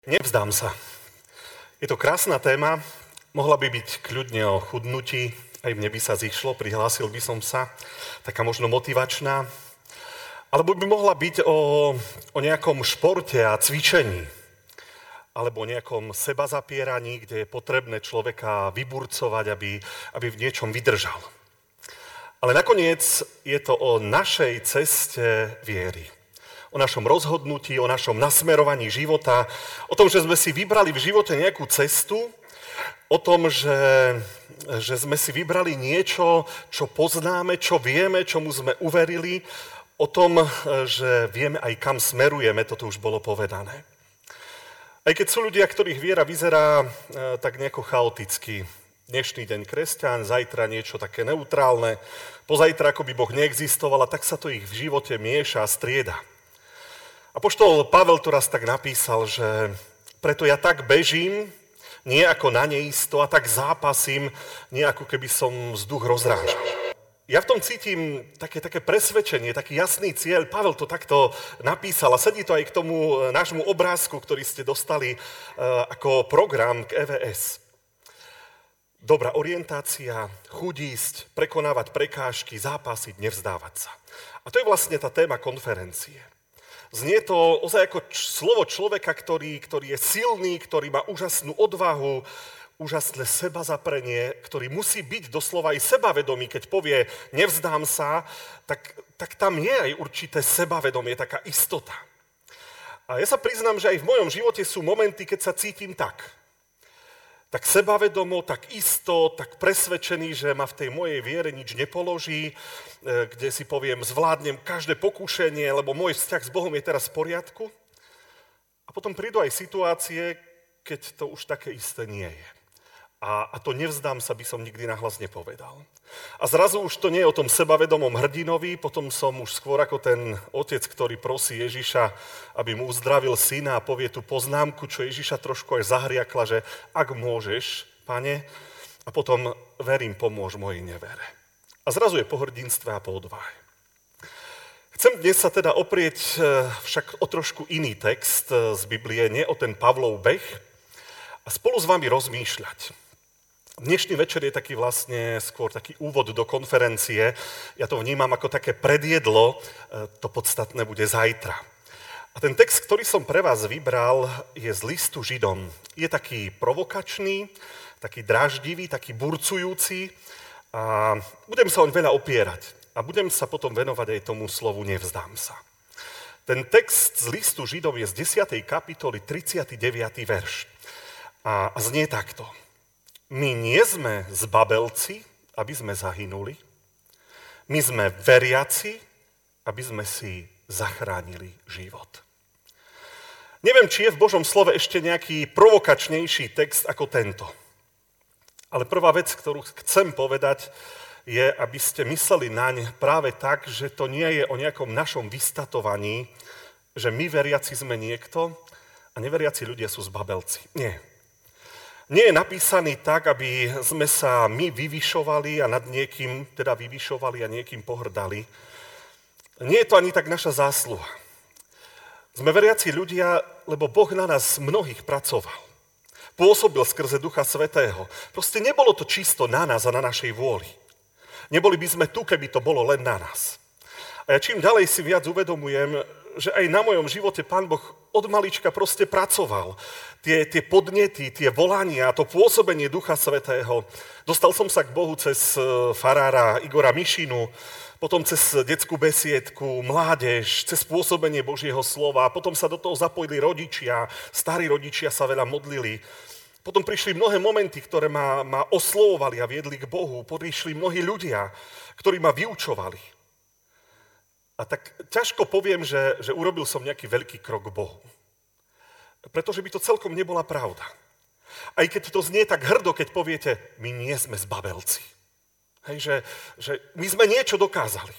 Nevzdám sa. Je to krásna téma, mohla by byť kľudne o chudnutí, aj mne by sa zišlo, prihlásil by som sa, taká možno motivačná, alebo by mohla byť o nejakom športe a cvičení, alebo o nejakom sebazapieraní, kde je potrebné človeka vyburcovať, aby v niečom vydržal. Ale nakoniec je to o našej ceste viery. O našom rozhodnutí, o našom nasmerovaní života, o tom, že sme si vybrali v živote nejakú cestu, o tom, že sme si vybrali niečo, čo poznáme, čo vieme, čomu sme uverili, o tom, že vieme aj kam smerujeme, toto už bolo povedané. Aj keď sú ľudia, ktorých viera vyzerá tak nejako chaoticky, dnešný deň kresťan, zajtra niečo také neutrálne, pozajtra ako by Boh neexistoval, a tak sa to ich v živote mieša a strieda. Apoštol Pavel tu raz tak napísal, že preto ja tak bežím, nie ako na neisto, a tak zápasím, nie ako keby som vzduch rozrážal. Ja v tom cítim také presvedčenie, taký jasný cieľ. Pavel to takto napísal a sedí to aj k tomu nášmu obrázku, ktorý ste dostali ako program k EVS. Dobrá orientácia, chuť ísť, prekonávať prekážky, zápasiť, nevzdávať sa. A to je vlastne tá téma konferencie. Znie to ozaj ako slovo človeka, ktorý je silný, ktorý má úžasnú odvahu, úžasné sebazaprenie, ktorý musí byť doslova aj sebavedomý, keď povie nevzdám sa, tak tam je aj určité sebavedomie, taká istota. A ja sa priznám, že aj v mojom živote sú momenty, keď sa cítim tak sebavedomo, tak isto, tak presvedčený, že ma v tej mojej viere nič nepoloží, kde si poviem, zvládnem každé pokúšanie, lebo môj vzťah s Bohom je teraz v poriadku. A potom prídu aj situácie, keď to už také isté nie je. A to nevzdám sa, by som nikdy nahlas nepovedal. A zrazu už to nie je o tom sebavedomom hrdinovi, potom som už skôr ako ten otec, ktorý prosí Ježiša, aby mu uzdravil syna a povie tú poznámku, čo Ježiša trošku aj zahriakla, že ak môžeš, Pane, a potom verím, pomôž mojej nevere. A zrazu je po hrdinstve a po odvahe. Chcem dnes sa teda oprieť však o trošku iný text z Biblie, nie o ten Pavlov beh, a spolu s vami rozmýšľať. Dnešný večer je taký vlastne skôr taký úvod do konferencie. Ja to vnímam ako také predjedlo, to podstatné bude zajtra. A ten text, ktorý som pre vás vybral, je z listu Židom. Je taký provokačný, taký dráždivý, taký burcujúci a budem sa oň veľa opierať. A budem sa potom venovať aj tomu slovu nevzdám sa. Ten text z listu Židom je z 10. kapitoly 39. verš. A znie takto. My nie sme zbabelci, aby sme zahynuli. My sme veriaci, aby sme si zachránili život. Neviem, či je v Božom slove ešte nejaký provokačnejší text ako tento. Ale prvá vec, ktorú chcem povedať, je, aby ste mysleli naň práve tak, že to nie je o nejakom našom vystatovaní, že my veriaci sme niekto a neveriaci ľudia sú zbabelci. Nie. Nie je napísaný tak, aby sme sa my vyvyšovali a nad niekým teda vyvyšovali a niekým pohrdali. Nie je to ani tak naša zásluha. Sme veriaci ľudia, lebo Boh na nás mnohých pracoval. Pôsobil skrze Ducha Svätého. Proste nebolo to čisto na nás a na našej vôli. Neboli by sme tu, keby to bolo len na nás. A ja čím ďalej si viac uvedomujem, že aj na mojom živote Pán Boh od malička proste pracoval. Tie podnety, tie volania, to pôsobenie Ducha Svätého. Dostal som sa k Bohu cez farára Igora Mišinu, potom cez detskú besiedku, mládež, cez pôsobenie Božieho slova. Potom sa do toho zapojili rodičia, starí rodičia sa veľa modlili. Potom prišli mnohé momenty, ktoré ma oslovovali a viedli k Bohu. Prišli mnohí ľudia, ktorí ma vyučovali. A tak ťažko poviem, že urobil som nejaký veľký krok k Bohu. Pretože by to celkom nebola pravda. Aj keď to znie tak hrdo, keď poviete, my nie sme zbabelci. Hej, že my sme niečo dokázali.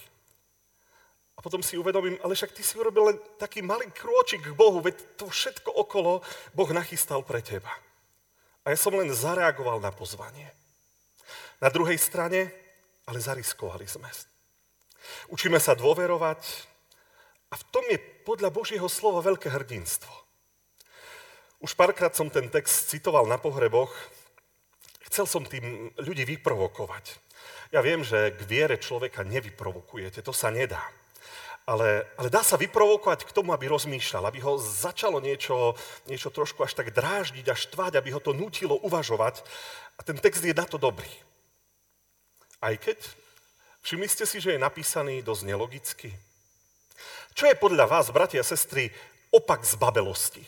A potom si uvedomím, ale však ty si urobil len taký malý krôčik k Bohu, veď to všetko okolo Boh nachystal pre teba. A ja som len zareagoval na pozvanie. Na druhej strane, ale zariskovali sme. Učíme sa dôverovať a v tom je podľa Božieho slova veľké hrdinstvo. Už párkrát som ten text citoval na pohreboch. Chcel som tým ľudí vyprovokovať. Ja viem, že k viere človeka nevyprovokujete, to sa nedá. Ale dá sa vyprovokovať k tomu, aby rozmýšľal, aby ho začalo niečo trošku až tak dráždiť a štvať, aby ho to nútilo uvažovať. A ten text je na to dobrý. Aj keď, všimli ste si, že je napísaný dosť nelogicky. Čo je podľa vás, bratia a sestry, opak zbabelosti?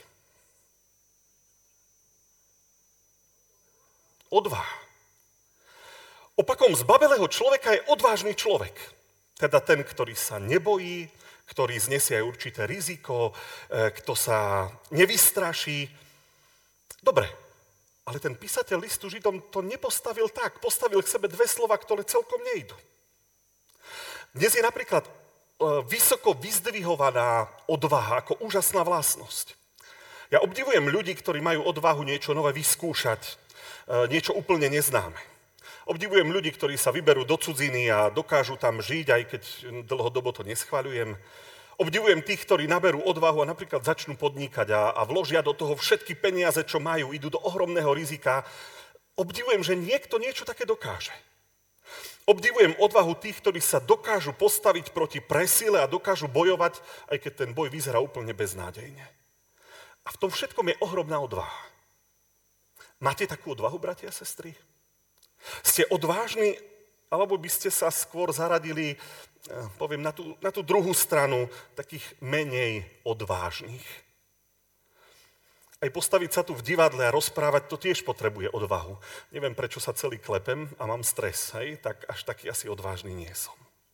Odvaha. Opakom zbabelého človeka je odvážny človek. Teda ten, ktorý sa nebojí, ktorý znesie aj určité riziko, kto sa nevystraší. Dobre, ale ten písateľ listu Židom to nepostavil tak. Postavil k sebe dve slova, ktoré celkom nejdu. Dnes je napríklad vysoko vyzdvihovaná odvaha ako úžasná vlastnosť. Ja obdivujem ľudí, ktorí majú odvahu niečo nové vyskúšať, niečo úplne neznáme. Obdivujem ľudí, ktorí sa vyberú do cudziny a dokážu tam žiť, aj keď dlhodobo to neschvaľujem. Obdivujem tých, ktorí naberú odvahu a napríklad začnú podnikať a vložia do toho všetky peniaze, čo majú, idú do ohromného rizika. Obdivujem, že niekto niečo také dokáže. Obdivujem odvahu tých, ktorí sa dokážu postaviť proti presile a dokážu bojovať, aj keď ten boj vyzerá úplne beznádejne. A v tom všetkom je ohromná odvaha. Máte takú odvahu, bratia a sestry? Ste odvážni, alebo by ste sa skôr zaradili, poviem, na tú druhú stranu takých menej odvážnych? Aj postaviť sa tu v divadle a rozprávať, to tiež potrebuje odvahu. Neviem, prečo sa celý klepem a mám stres, hej? Tak až taký asi odvážny nie som.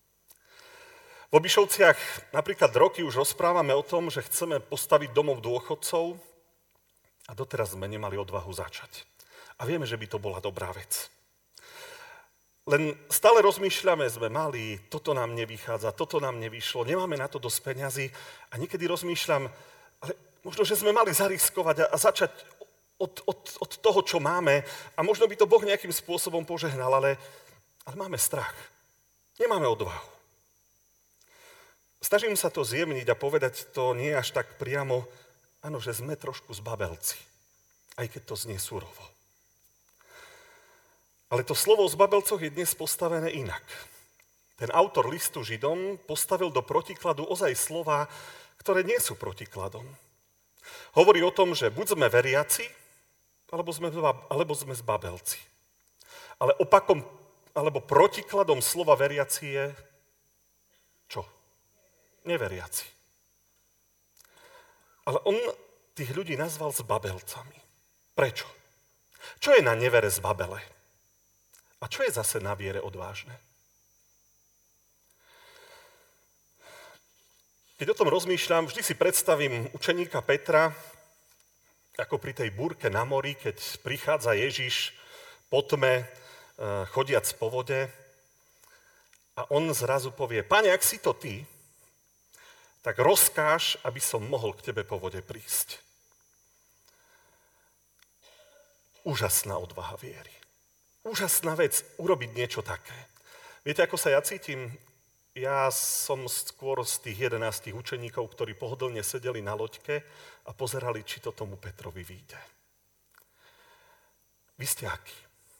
V Obišovciach napríklad roky už rozprávame o tom, že chceme postaviť domov dôchodcov a doteraz sme nemali odvahu začať. A vieme, že by to bola dobrá vec. Len stále rozmýšľame, sme mali, toto nám nevychádza, toto nám nevyšlo, nemáme na to dosť peňazí a niekedy rozmýšľam, ale možno, že sme mali zariskovať a začať od toho, čo máme a možno by to Boh nejakým spôsobom požehnal, ale máme strach. Nemáme odvahu. Snažím sa to zjemniť a povedať to nie až tak priamo, áno, že sme trošku zbabelci, aj keď to znie surovo. Ale to slovo o zbabelcoch je dnes postavené inak. Ten autor listu Židom postavil do protikladu ozaj slova, ktoré nie sú protikladom. Hovorí o tom, že buď sme veriaci, alebo sme zbabelci. Ale opakom, alebo protikladom slova veriaci je čo? Neveriaci. Ale on tých ľudí nazval zbabelcami. Prečo? Čo je na nevere zbabele? A čo je zase na viere odvážne? Keď o tom rozmýšľam, vždy si predstavím učeníka Petra, ako pri tej búrke na mori, keď prichádza Ježiš po tme, chodiac po vode a on zrazu povie, Pane, ak si to ty, tak rozkáž, aby som mohol k tebe po vode prísť. Úžasná odvaha viery. Úžasná vec, urobiť niečo také. Viete, ako sa ja cítim? Ja som skôr z tých 11 učeníkov, ktorí pohodlne sedeli na loďke a pozerali, či to tomu Petrovi vyjde. Vy ste akí?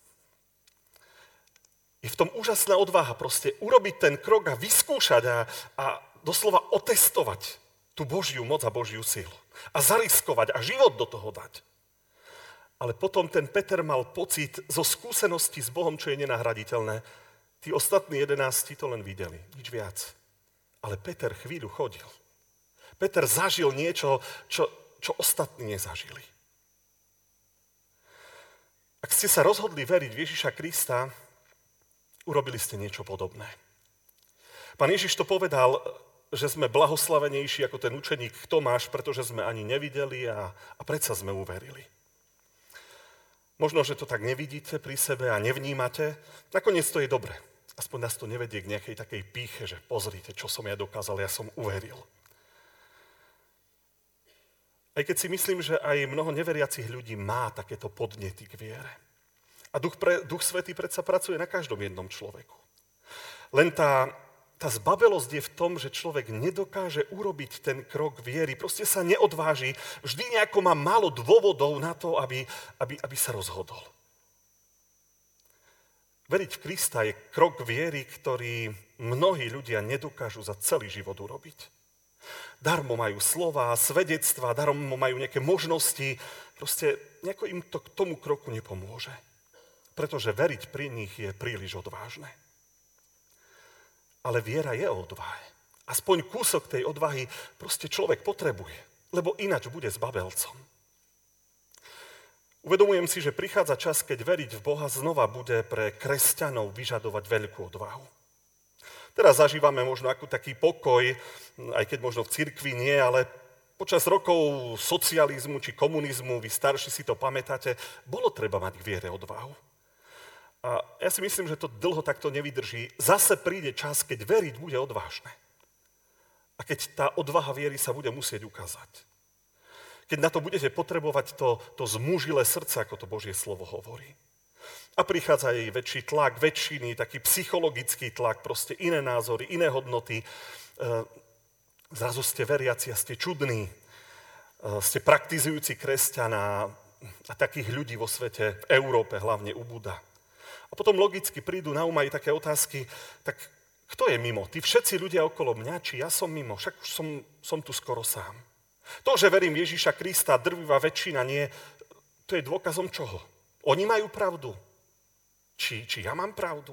Je v tom úžasná odvaha proste urobiť ten krok a vyskúšať a doslova otestovať tú Božiu moc a Božiu silu. A zariskovať a život do toho dať. Ale potom ten Peter mal pocit zo skúsenosti s Bohom, čo je nenahraditeľné. Tí ostatní 11 to len videli, nič viac. Ale Peter chvíľu chodil. Peter zažil niečo, čo ostatní nezažili. Ak ste sa rozhodli veriť v Ježiša Krista, urobili ste niečo podobné. Pán Ježiš to povedal, že sme blahoslavenejší ako ten učeník Tomáš, pretože sme ani nevideli a predsa sme uverili. Možno, že to tak nevidíte pri sebe a nevnímate. Nakoniec to je dobre. Aspoň nás to nevedie k nejakej takej pýche, že pozrite, čo som ja dokázal, ja som uveril. Aj keď si myslím, že aj mnoho neveriacich ľudí má takéto podnety k viere. A Duch Svätý predsa pracuje na každom jednom človeku. Len tá tá zbabelosť je v tom, že človek nedokáže urobiť ten krok viery, proste sa neodváži, vždy nejako má málo dôvodov na to, aby sa rozhodol. Veriť v Krista je krok viery, ktorý mnohí ľudia nedokážu za celý život urobiť. Darmo majú slová, svedectvá, darmo majú nejaké možnosti, proste nejako im to k tomu kroku nepomôže. Pretože veriť pri nich je príliš odvážne. Ale viera je o odvahe. Aspoň kúsok tej odvahy proste človek potrebuje, lebo ináč bude zbabelcom. Uvedomujem si, že prichádza čas, keď veriť v Boha znova bude pre kresťanov vyžadovať veľkú odvahu. Teraz zažívame možno akú taký pokoj, aj keď možno v cirkvi nie, ale počas rokov socializmu či komunizmu, vy starší si to pamätáte, bolo treba mať k viere odvahu. A ja si myslím, že to dlho takto nevydrží. Zase príde čas, keď veriť bude odvážne. A keď tá odvaha viery sa bude musieť ukázať. Keď na to budete potrebovať to zmúžilé srdce, ako to Božie slovo hovorí. A prichádza jej väčší tlak, väčšiny, taký psychologický tlak, proste iné názory, iné hodnoty. Zrazu ste veriaci a ste čudní. Ste praktizujúci kresťaná a takých ľudí vo svete, v Európe hlavne ubúda. A potom logicky prídu na aj také otázky, tak kto je mimo? Tí všetci ľudia okolo mňa, či ja som mimo? Však už som tu skoro sám. To, že verím Ježiša Krista, drvivá väčšina nie, to je dôkazom čoho? Oni majú pravdu. Či ja mám pravdu?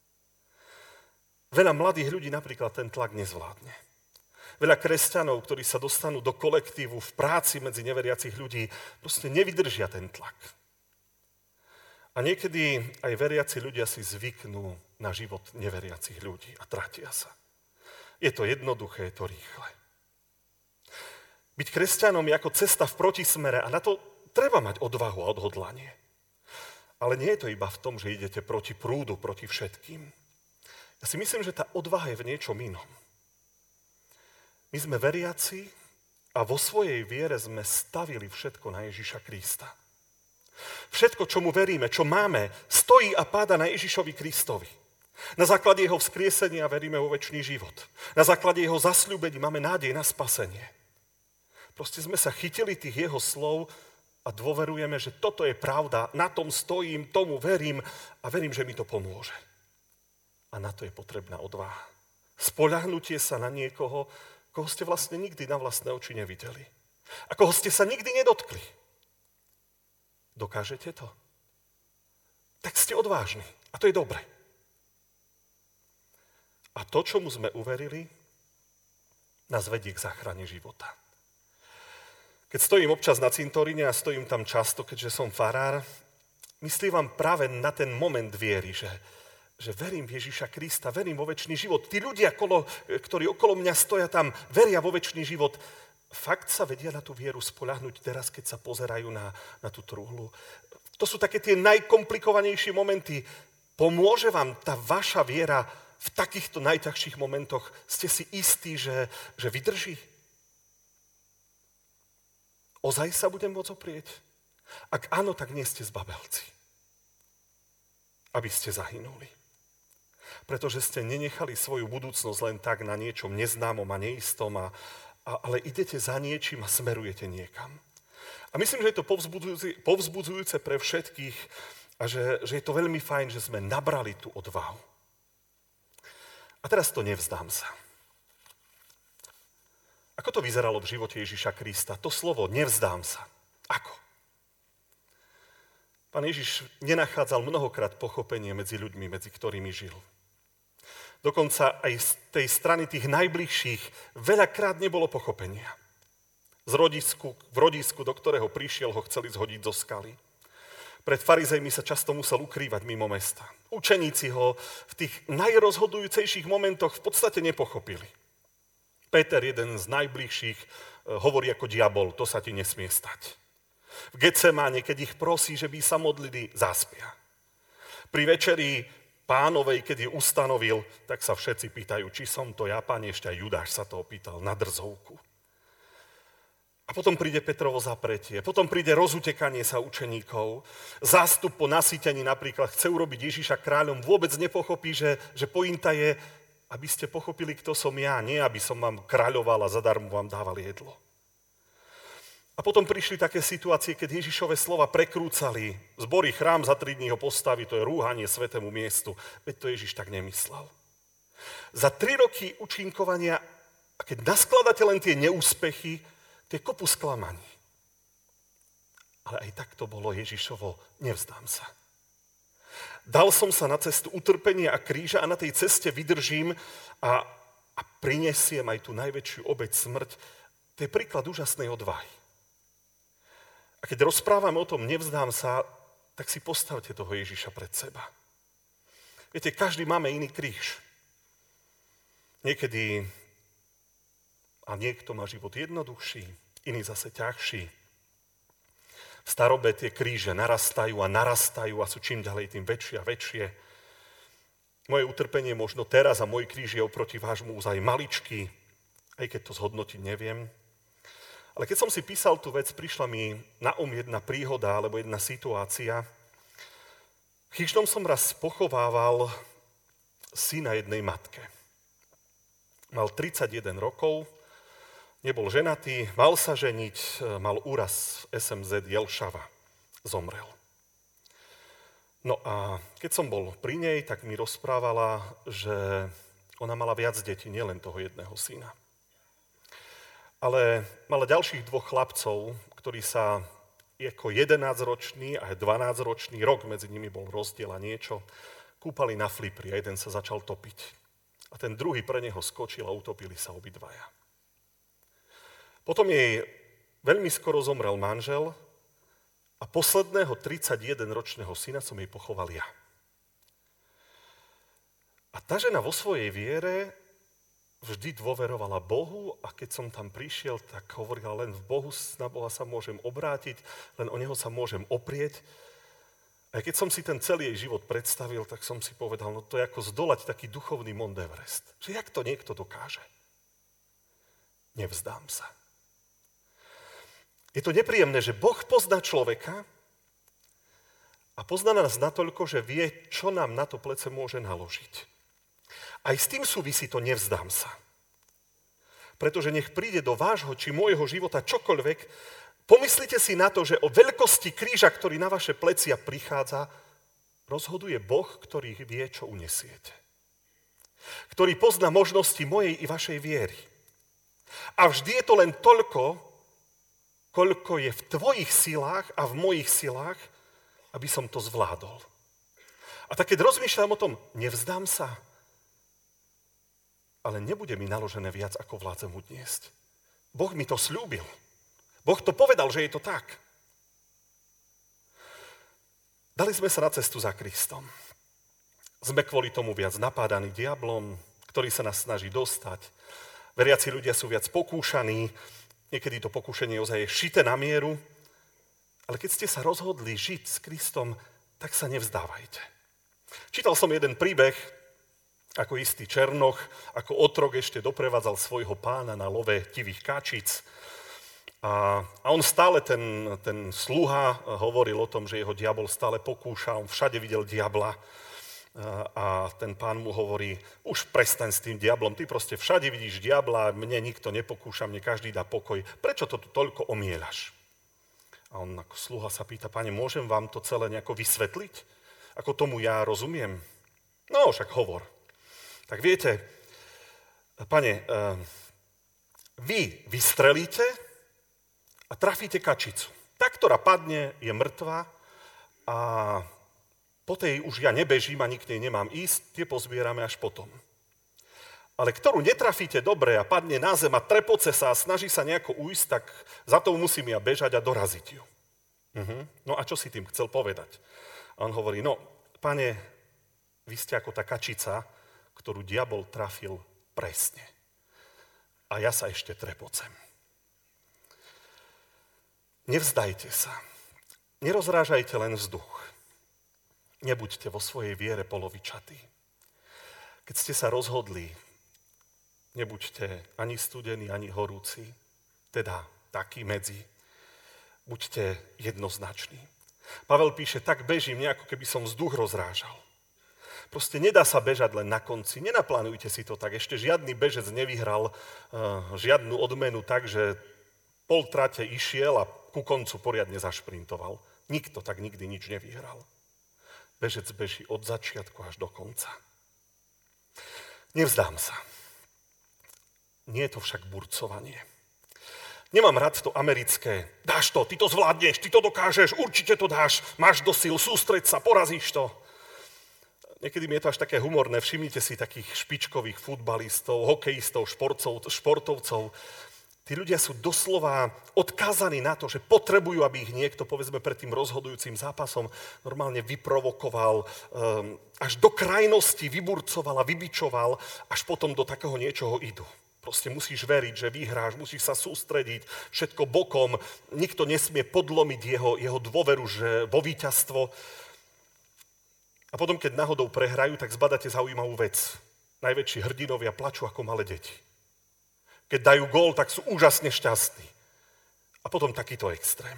Veľa mladých ľudí napríklad ten tlak nezvládne. Veľa kresťanov, ktorí sa dostanú do kolektívu v práci medzi neveriacich ľudí, proste nevydržia ten tlak. A niekedy aj veriaci ľudia si zvyknú na život neveriacich ľudí a tratia sa. Je to jednoduché, je to rýchle. Byť kresťanom je ako cesta v protismere a na to treba mať odvahu a odhodlanie. Ale nie je to iba v tom, že idete proti prúdu, proti všetkým. Ja si myslím, že tá odvaha je v niečom inom. My sme veriaci a vo svojej viere sme stavili všetko na Ježiša Krista. Všetko, čomu veríme, čo máme, stojí a páda na Ježišovi Kristovi. Na základe jeho vzkriesenia veríme vo večný život. Na základe jeho zasľúbení máme nádej na spasenie. Proste sme sa chytili tých jeho slov a dôverujeme, že toto je pravda, na tom stojím, tomu verím a verím, že mi to pomôže. A na to je potrebná odvaha. Spoľahnutie sa na niekoho, koho ste vlastne nikdy na vlastné oči nevideli. A koho ste sa nikdy nedotkli. Dokážete to? Tak ste odvážni. A to je dobre. A to, čomu sme uverili, nás vedie k záchrane života. Keď stojím občas na cintoríne a stojím tam často, keďže som farár, myslím vám práve na ten moment viery, že verím v Ježiša Krista, verím vo večný život. Tí ľudia, ktorí okolo mňa stoja tam, veria vo večný život. Fakt sa vedia na tú vieru spoľahnúť teraz, keď sa pozerajú na tú truhlu. To sú také tie najkomplikovanejšie momenty. Pomôže vám tá vaša viera v takýchto najťažších momentoch? Ste si istí, že vydrží? Ozaj sa budem môcť oprieť? Ak áno, tak nie ste zbabelci. Aby ste zahynuli. Pretože ste nenechali svoju budúcnosť len tak na niečom neznámom a neistom, ale idete za niečím a smerujete niekam. A myslím, že je to povzbudzujúce pre všetkých a že je to veľmi fajn, že sme nabrali tú odvahu. A teraz to nevzdám sa. Ako to vyzeralo v živote Ježiša Krista? To slovo nevzdám sa. Ako? Pán Ježiš nenachádzal mnohokrát pochopenie medzi ľuďmi, medzi ktorými žil. Dokonca aj z tej strany tých najbližších veľakrát nebolo pochopenia. V rodisku, do ktorého prišiel, ho chceli zhodiť zo skaly. Pred farizejmi sa často musel ukrývať mimo mesta. Učeníci ho v tých najrozhodujúcejších momentoch v podstate nepochopili. Peter, jeden z najbližších, hovorí ako diabol, to sa ti nesmie stať. V Getsemáne, keď ich prosí, že by sa modlili, zaspia. Pri večeri Pánovej, keď ju ustanovil, tak sa všetci pýtajú, či som to ja, Pán, ešte aj Judáš sa to opýtal na drzovku. A potom príde Petrovo zapretie, potom príde rozutekanie sa učeníkov, zástup po nasýtení napríklad chce urobiť Ježiša kráľom, vôbec nepochopí, že pointa je, aby ste pochopili, kto som ja, nie aby som vám kráľoval a zadarmo vám dával jedlo. A potom prišli také situácie, keď Ježišove slova prekrúcali. Zbory chrám za 3 dní ho postaví, to je rúhanie svätému miestu. Veď to Ježiš tak nemyslel. Za 3 roky účinkovania, a keď naskladáte len tie neúspechy, to je kopu sklamaní. Ale aj tak to bolo Ježišovo, nevzdám sa. Dal som sa na cestu utrpenia a kríža a na tej ceste vydržím a prinesiem aj tú najväčšiu obeť smrť. To je príklad úžasnej odvahy. A keď rozprávame o tom, nevzdám sa, tak si postavte toho Ježiša pred seba. Viete, každý máme iný kríž. Niekedy, a niekto má život jednoduchší, iný zase ťažší. V starobe tie kríže narastajú a sú čím ďalej tým väčšie a väčšie. Moje utrpenie možno teraz a môj kríž je oproti vášmu úzaj maličký, aj keď to zhodnotiť neviem. Ale keď som si písal tú vec, prišla mi na jedna príhoda alebo jedna situácia. V Chyžnom som raz pochovával syna jednej matke. Mal 31 rokov, nebol ženatý, mal sa ženiť, mal úraz SMZ Jelšava, zomrel. No a keď som bol pri nej, tak mi rozprávala, že ona mala viac detí, nielen toho jedného syna. Ale mala ďalších 2 chlapcov, ktorí sa ako 11-ročný a 12-ročný, rok medzi nimi bol rozdiel a niečo, kúpali na flipri a jeden sa začal topiť. A ten druhý pre neho skočil a utopili sa obidvaja. Potom jej veľmi skoro zomrel manžel a posledného 31-ročného syna som jej pochoval ja. A tá žena vo svojej viere vždy dôverovala Bohu a keď som tam prišiel, tak hovorila, len v Bohu, na Boha sa môžem obrátiť, len o Neho sa môžem oprieť. A keď som si ten celý jej život predstavil, tak som si povedal, no to je ako zdolať taký duchovný Mont Everest. Že jak to niekto dokáže? Nevzdám sa. Je to nepríjemné, že Boh pozná človeka a pozná nás natoľko, že vie, čo nám na to plece môže naložiť. Aj s tým súvisí to nevzdám sa. Pretože nech príde do vášho či môjho života čokoľvek, pomyslite si na to, že o veľkosti kríža, ktorý na vaše plecia prichádza, rozhoduje Boh, ktorý vie, čo unesiete. Ktorý pozná možnosti mojej i vašej viery. A vždy je to len toľko, koľko je v tvojich silách a v mojich silách, aby som to zvládol. A tak keď rozmýšľam o tom, nevzdám sa, ale nebude mi naložené viac, ako vládzem uniesť. Boh mi to sľúbil. Boh to povedal, že je to tak. Dali sme sa na cestu za Kristom. Sme kvôli tomu viac napádaní diablom, ktorý sa nás snaží dostať. Veriaci ľudia sú viac pokúšaní, niekedy to pokúšanie ozaj je šité na mieru, ale keď ste sa rozhodli žiť s Kristom, tak sa nevzdávajte. Čítal som jeden príbeh, ako istý Černoch, ako otrok ešte doprevádzal svojho pána na love divých kačíc. A on stále, ten sluha, hovoril o tom, že jeho diabol stále pokúša, on všade videl diabla. A ten pán mu hovorí, už prestaň s tým diablom, ty proste všade vidíš diabla, mne nikto nepokúša, mne každý dá pokoj. Prečo to tu toľko omieľaš? A on ako sluha sa pýta, pane, môžem vám to celé nejako vysvetliť? Ako tomu ja rozumiem? No, však hovor. Tak viete, pane, vy vystrelíte a trafíte kačicu. Tá, ktorá padne, je mŕtva a po tej už ja nebežím a k nej nemám ísť, tie pozbierame až potom. Ale ktorú netrafíte dobre a padne na zem a trepoce sa a snaží sa nejako ujsť, tak za to musím ja bežať a doraziť ju. No a čo si tým chcel povedať? A on hovorí, no, pane, vy ste ako tá kačica, ktorú diabol trafil presne. A ja sa ešte trepocem. Nevzdajte sa. Nerozrážajte len vzduch. Nebuďte vo svojej viere polovičatí. Keď ste sa rozhodli, nebuďte ani studení, ani horúci, teda taký medzi. Buďte jednoznační. Pavel píše, tak bežím, nejako keby som vzduch rozrážal. Proste nedá sa bežať len na konci. Nenaplánujte si to tak. Ešte žiadny bežec nevyhral žiadnu odmenu tak, že pol trate išiel a ku koncu poriadne zašprintoval. Nikto tak nikdy nič nevyhral. Bežec beží od začiatku až do konca. Nevzdám sa. Nie je to však burcovanie. Nemám rád to americké. Dáš to, ty to zvládneš, ty to dokážeš, určite to dáš, máš do síl, sústreď sa, porazíš to. Niekedy mi je to až také humorné. Všimnite si takých špičkových futbalistov, hokejistov, športovcov. Tí ľudia sú doslova odkázaní na to, že potrebujú, aby ich niekto, povedzme, pred tým rozhodujúcim zápasom normálne vyprovokoval, až do krajnosti vyburcoval a vybičoval, až potom do takého niečoho idú. Proste musíš veriť, že vyhráš, musíš sa sústrediť, všetko bokom, nikto nesmie podlomiť jeho dôveru, že vo víťazstvo. A potom, keď náhodou prehrajú, tak zbadáte zaujímavú vec. Najväčší hrdinovia plačú ako malé deti. Keď dajú gól, tak sú úžasne šťastní. A potom takýto extrém.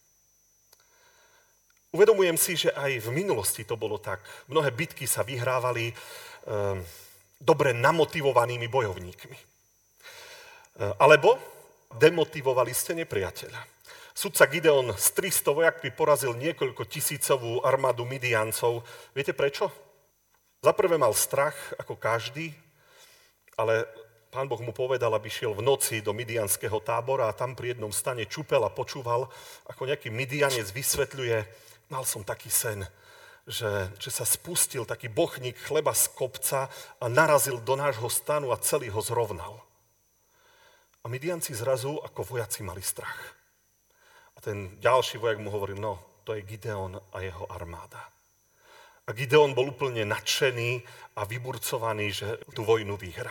Uvedomujem si, že aj v minulosti to bolo tak. Mnohé bitky sa vyhrávali dobre namotivovanými bojovníkmi. Alebo demotivovali ste nepriateľa. Sudca Gideon s 300 vojakmi porazil niekoľko tisícovú armádu Midiancov. Viete prečo? Za prvé mal strach, ako každý, ale Pán Boh mu povedal, aby šiel v noci do midianského tábora a tam pri jednom stane čupel a počúval, ako nejaký Midianec vysvetľuje, mal som taký sen, že sa spustil taký bochník chleba z kopca a narazil do nášho stanu a celý ho zrovnal. A Midianci zrazu ako vojaci mali strach. A ten ďalší vojak mu hovoril, no, to je Gideon a jeho armáda. A Gideon bol úplne nadšený a vyburcovaný, že tú vojnu vyhrá.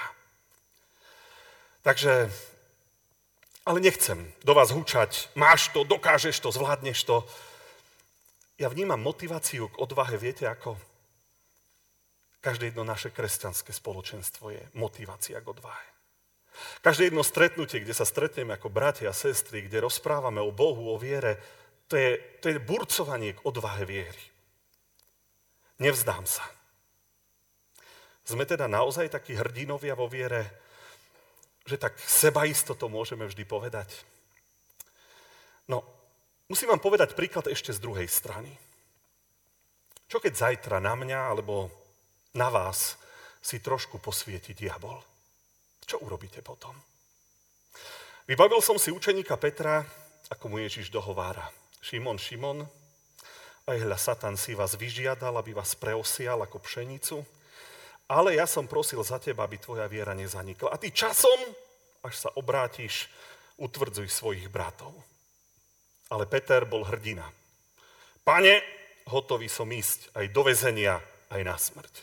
Takže, ale nechcem do vás húčať, máš to, dokážeš to, zvládneš to. Ja vnímam motiváciu k odvahe, viete ako? Každé jedno naše kresťanské spoločenstvo je motivácia k odvahe. Každé jedno stretnutie, kde sa stretneme ako bratia a sestry, kde rozprávame o Bohu, o viere, to je burcovanie k odvahe viery. Nevzdám sa. Sme teda naozaj takí hrdinovia vo viere, že tak sebaisto to môžeme vždy povedať. No, musím vám povedať príklad ešte z druhej strany. Čo keď zajtra na mňa alebo na vás si trošku posvieti diabol? Čo urobíte potom? Vybavil som si učeníka Petra, ako mu Ježiš dohovára. Šimon, Šimon, aj hľa Satan si vás vyžiadal, aby vás preosial ako pšenicu, ale ja som prosil za teba, aby tvoja viera nezanikla. A ty časom, až sa obrátiš, utvrdzuj svojich bratov. Ale Peter bol hrdina. Pane, hotový som ísť aj do väzenia, aj na smrť.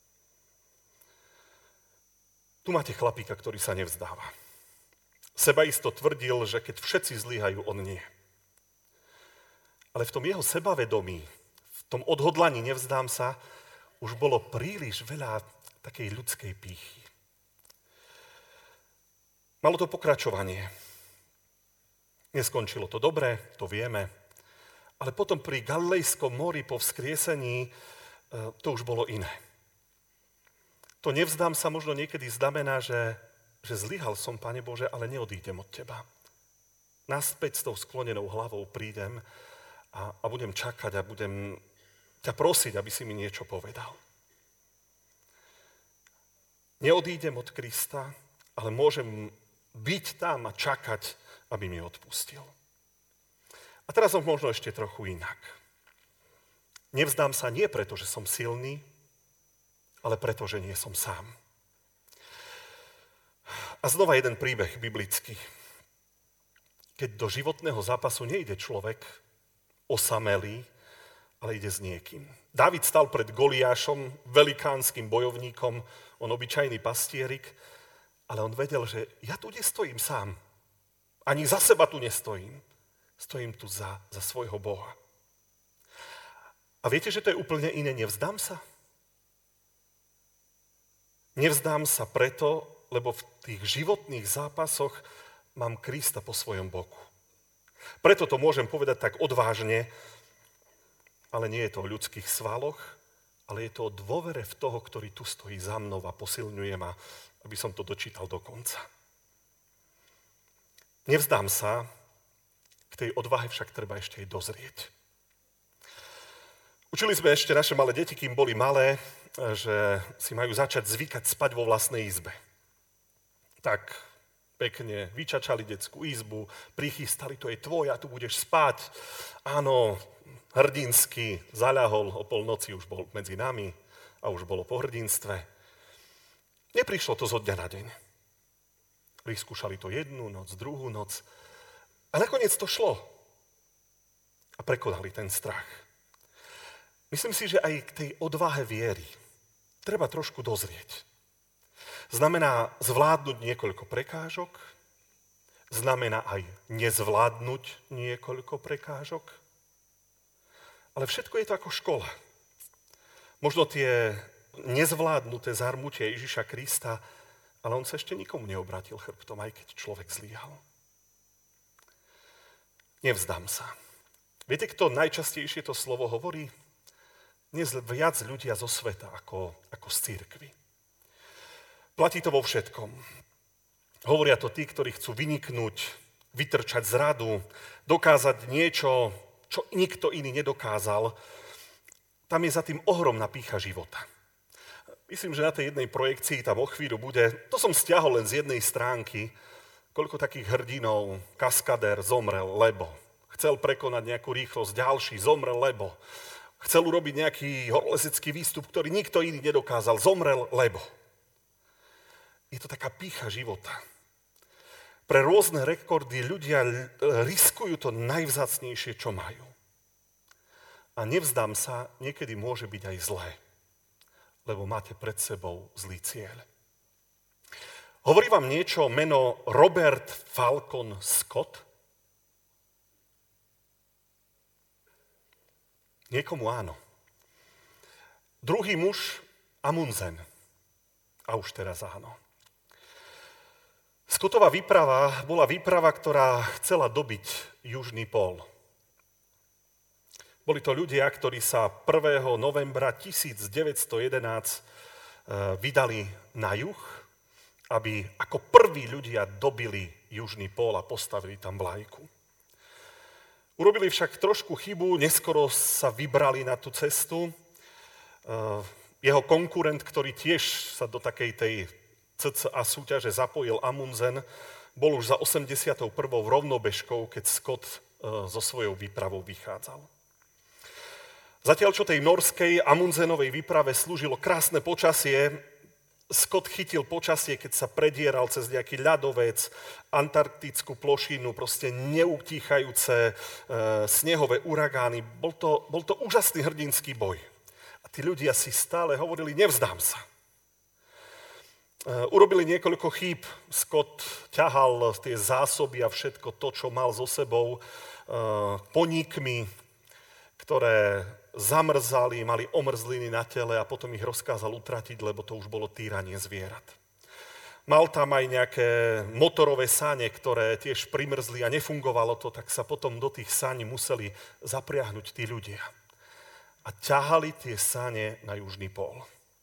Tu máte chlapíka, ktorý sa nevzdáva. Sebaisto tvrdil, že keď všetci zlyhajú, on nie. Ale v tom jeho sebavedomí, v tom odhodlaní nevzdám sa, už bolo príliš veľa takej ľudskej pýchy. Malo to pokračovanie. Neskončilo to dobre, to vieme, ale potom pri Galilejskom mori po vzkriesení to už bolo iné. To nevzdám sa možno niekedy znamená, že zlyhal som, Pane Bože, ale neodídem od Teba. Naspäť s tou sklonenou hlavou prídem a budem čakať a budem ťa prosiť, aby si mi niečo povedal. Neodídem od Krista, ale môžem byť tam a čakať, aby mi odpustil. A teraz som možno ešte trochu inak. Nevzdám sa nie preto, že som silný, ale preto, že nie som sám. A znova jeden príbeh biblický. Keď do životného zápasu nejde človek osamelý, ale ide s niekým. Dávid stal pred Goliášom, velikánskym bojovníkom, on obyčajný pastierik, ale on vedel, že ja tu nestojím sám. Ani za seba tu nestojím. Stojím tu za svojho Boha. A viete, že to je úplne iné. Nevzdám sa? Nevzdám sa preto, lebo v tých životných zápasoch mám Krista po svojom boku. Preto to môžem povedať tak odvážne, ale nie je to v ľudských svaloch, ale je to o dôvere v toho, ktorý tu stojí za mnou a posilňuje ma, aby som to dočítal do konca. Nevzdám sa, k tej odvahe však treba ešte aj dozrieť. Učili sme ešte naše malé deti, kým boli malé, že si majú začať zvykať spať vo vlastnej izbe. Tak pekne vyčačali detskú izbu, prichystali, to je tvoja, tu budeš spať. Áno, hrdinsky zaľahol, o polnoci už bol medzi nami a už bolo po hrdinstve. Neprišlo to zo dňa na deň. Vyskúšali to jednu noc, druhú noc a nakoniec to šlo. A prekonali ten strach. Myslím si, že aj k tej odvahe viery treba trošku dozrieť. Znamená zvládnuť niekoľko prekážok, znamená aj nezvládnuť niekoľko prekážok, ale všetko je to ako škola. Možno tie nezvládnuté zarmutie Ježiša Krista, ale on sa ešte nikomu neobrátil chrbtom, aj keď človek zlyhal. Nevzdám sa. Viete, kto najčastejšie to slovo hovorí? Dnes viac ľudia zo sveta ako z cirkvi. Platí to vo všetkom. Hovoria to tí, ktorí chcú vyniknúť, vytrčať z radu, dokázať niečo, čo nikto iný nedokázal. Tam je za tým ohromná pýcha života. Myslím, že na tej jednej projekcii tam o chvíľu bude, to som stiahol len z jednej stránky, koľko takých hrdinov, kaskadér zomrel, lebo chcel prekonať nejakú rýchlosť, ďalší zomrel, lebo chcel urobiť nejaký horolezecký výstup, ktorý nikto iný nedokázal, zomrel, lebo. Je to taká pýcha života. Pre rôzne rekordy ľudia riskujú to najvzácnejšie, čo majú. A nevzdám sa, niekedy môže byť aj zlé, lebo máte pred sebou zlý cieľ. Hovorí vám niečo meno Robert Falcon Scott? Niekomu áno. Druhý muž Amundsen. A už teraz áno. Scottová výprava bola výprava, ktorá chcela dobiť južný pól. Boli to ľudia, ktorí sa 1. novembra 1911 vydali na juh, aby ako prví ľudia dobili južný pól a postavili tam vlajku. Urobili však trošku chybu, neskoro sa vybrali na tú cestu. Jeho konkurent, ktorý tiež sa do takej tej CCA súťaže zapojil, Amundsen, bol už za 81. rovnobežkou, keď Scott so svojou výpravou vychádzal. Zatiaľ, čo tej norskej Amundsenovej výprave slúžilo krásne počasie, Scott chytil počasie, keď sa predieral cez nejaký ľadovec, antarktickú plošinu, proste neutíchajúce snehové uragány. Bol to úžasný hrdinský boj. A tí ľudia si stále hovorili, nevzdám sa. Urobili niekoľko chýb. Scott ťahal tie zásoby a všetko to, čo mal so sebou, poníkmi, ktoré zamrzali, mali omrzliny na tele a potom ich rozkázal utratiť, lebo to už bolo týranie zvierat. Mal tam aj nejaké motorové sane, ktoré tiež primrzli a nefungovalo to, tak sa potom do tých saní museli zapriahnuť tí ľudia. A ťahali tie sane na južný pól.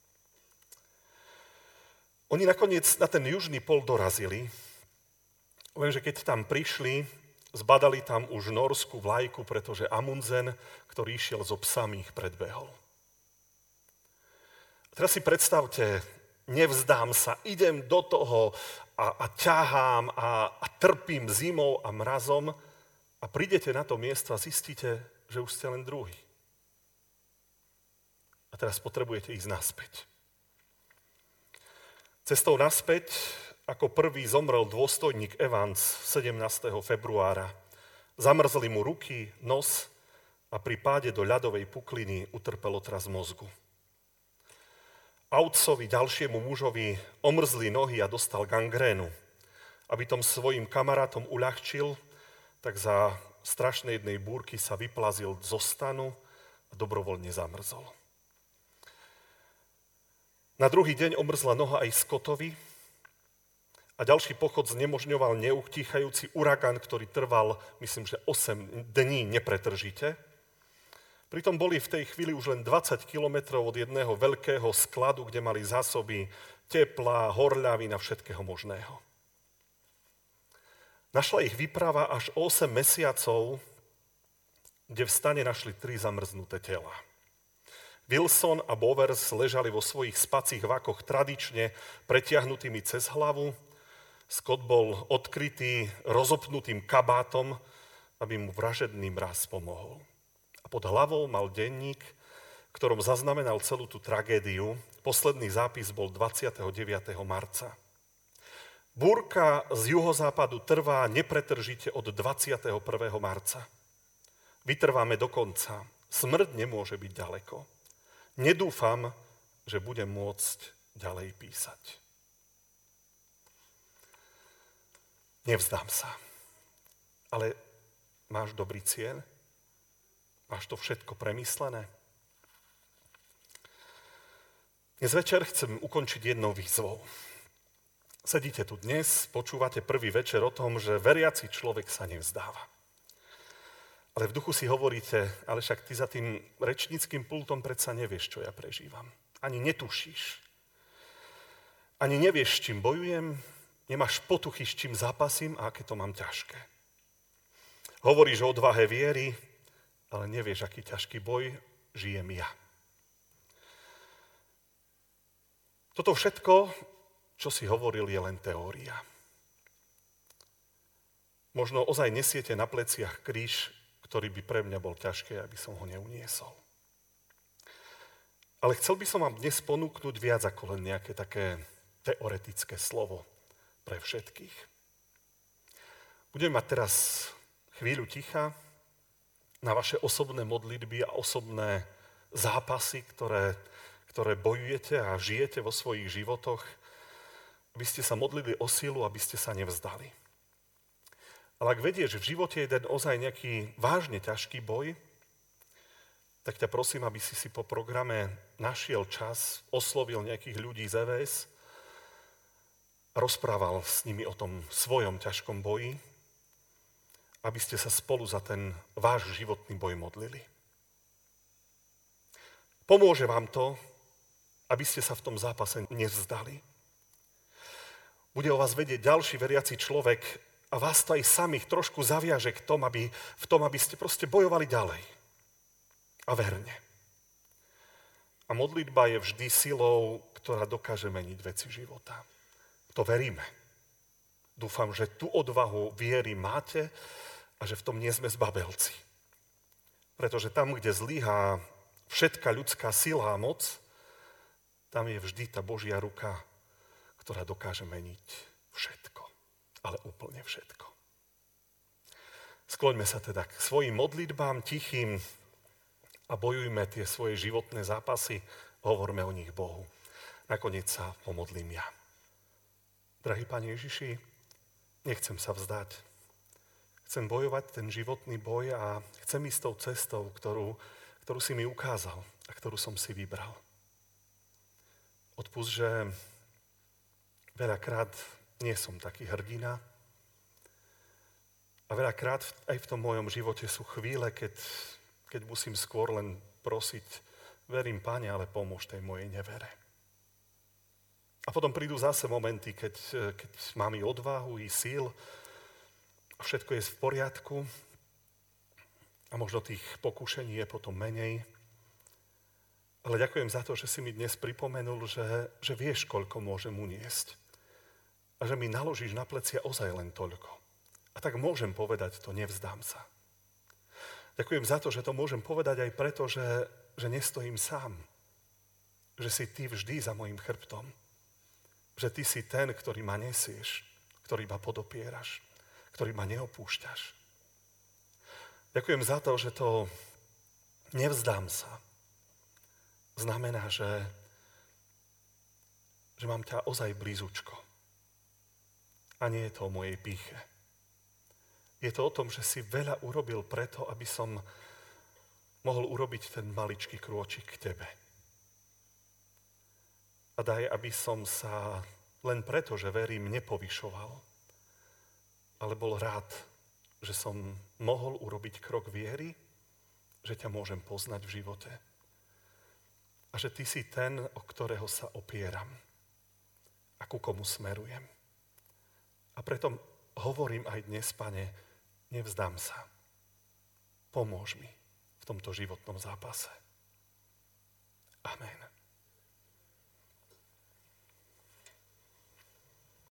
Oni nakoniec na ten južný pól dorazili, lenže keď tam prišli, zbadali tam už norskú vlajku, pretože Amundsen, ktorý išiel so psami, ich predbehol. A teraz si predstavte, nevzdám sa, idem do toho a ťahám a trpím zimou a mrazom a prídete na to miesto a zistíte, že už ste len druhý. A teraz potrebujete ísť naspäť. Cestou naspäť ako prvý zomrel dôstojník Evans 17. februára. Zamrzli mu ruky, nos a pri páde do ľadovej pukliny utrpel otras mozgu. Autsovi, ďalšiemu mužovi, omrzli nohy a dostal gangrénu. Aby tom svojim kamarátom uľahčil, tak za strašnej jednej búrky sa vyplazil zo stanu a dobrovoľne zamrzol. Na druhý deň omrzla noha aj Scottovi a ďalší pochod znemožňoval neutíchajúci uragán, ktorý trval, myslím, že 8 dní nepretržite. Pritom boli v tej chvíli už len 20 kilometrov od jedného veľkého skladu, kde mali zásoby tepla, horľavín a všetkého možného. Našla ich výprava až 8 mesiacov, kde v stane našli 3 zamrznuté tela. Wilson a Bowers ležali vo svojich spacích vakoch tradične pretiahnutými cez hlavu. Scott bol odkrytý rozopnutým kabátom, aby mu vražedný mraz pomohol. A pod hlavou mal denník, v ktorom zaznamenal celú tú tragédiu. Posledný zápis bol 29. marca. Búrka z juhozápadu trvá nepretržite od 21. marca. Vytrváme do konca. Smrť nemôže byť ďaleko. Nedúfam, že budem môcť ďalej písať. Nevzdám sa. Ale máš dobrý cieľ? Máš to všetko premyslené? Dnes večer chcem ukončiť jednou výzvou. Sedíte tu dnes, počúvate prvý večer o tom, že veriaci človek sa nevzdáva. Ale v duchu si hovoríte, ale však ty za tým rečníckym pultom predsa nevieš, čo ja prežívam. Ani netušíš. Ani nevieš, s čím bojujem, nemáš potuchy, s čím zápasím a aké to mám ťažké. Hovoríš o odvahe viery, ale nevieš, aký ťažký boj žijem ja. Toto všetko, čo si hovoril, je len teória. Možno ozaj nesiete na pleciach kríž, ktorý by pre mňa bol ťažké, aby som ho neuniesol. Ale chcel by som vám dnes ponúknuť viac ako len nejaké také teoretické slovo pre všetkých. Budeme mať teraz chvíľu ticha na vaše osobné modlitby a osobné zápasy, ktoré bojujete a žijete vo svojich životoch, aby ste sa modlili o silu, aby ste sa nevzdali. Ale ak vedieš, že v živote je jeden ozaj nejaký vážne ťažký boj, tak ťa prosím, aby si po programe našiel čas, oslovil nejakých ľudí z EVS a rozprával s nimi o tom svojom ťažkom boji, aby ste sa spolu za ten váš životný boj modlili. Pomôže vám to, aby ste sa v tom zápase nevzdali. Bude o vás vedieť ďalší veriaci človek a vás to aj samých trošku zaviaže v tom, aby ste proste bojovali ďalej. A verne. A modlitba je vždy silou, ktorá dokáže meniť veci života. To veríme. Dúfam, že tú odvahu viery máte a že v tom nie sme zbabelci. Pretože tam, kde zlyhá všetká ľudská sila a moc, tam je vždy tá Božia ruka, ktorá dokáže meniť všetko. Ale úplne všetko. Skloňme sa teda k svojim modlitbám tichým a bojujme tie svoje životné zápasy, hovorme o nich Bohu. Nakoniec sa pomodlím ja. Drahý Pane Ježiši, nechcem sa vzdať. Chcem bojovať ten životný boj a chcem ísť tou cestou, ktorú si mi ukázal a ktorú som si vybral. Odpusť, že veľakrát nie som taký hrdina a veľakrát aj v tom mojom živote sú chvíle, keď musím skôr len prosiť, verím, Pane, ale pomôž tej mojej nevere. A potom prídu zase momenty, keď mám i odvahu, i síl a všetko je v poriadku a možno tých pokušení je potom menej. Ale ďakujem za to, že si mi dnes pripomenul, že vieš, koľko môžem uniesť. A že mi naložíš na plecia ozaj len toľko. A tak môžem povedať to, nevzdám sa. Ďakujem za to, že to môžem povedať aj preto, že nestojím sám. Že si ty vždy za mojím chrbtom. Že ty si ten, ktorý ma nesieš, ktorý ma podopieraš, ktorý ma neopúšťaš. Ďakujem za to, že to nevzdám sa. Znamená, že mám ťa ozaj blízučko. A nie je to o mojej pýche. Je to o tom, že si veľa urobil preto, aby som mohol urobiť ten maličký krôčik k tebe. A daj, aby som sa len preto, že verím, nepovyšoval, ale bol rád, že som mohol urobiť krok viery že ťa môžem poznať v živote. A že ty si ten, o ktorého sa opieram a ku komu smerujem. A preto hovorím aj dnes, Pane, nevzdám sa. Pomôž mi v tomto životnom zápase. Amen.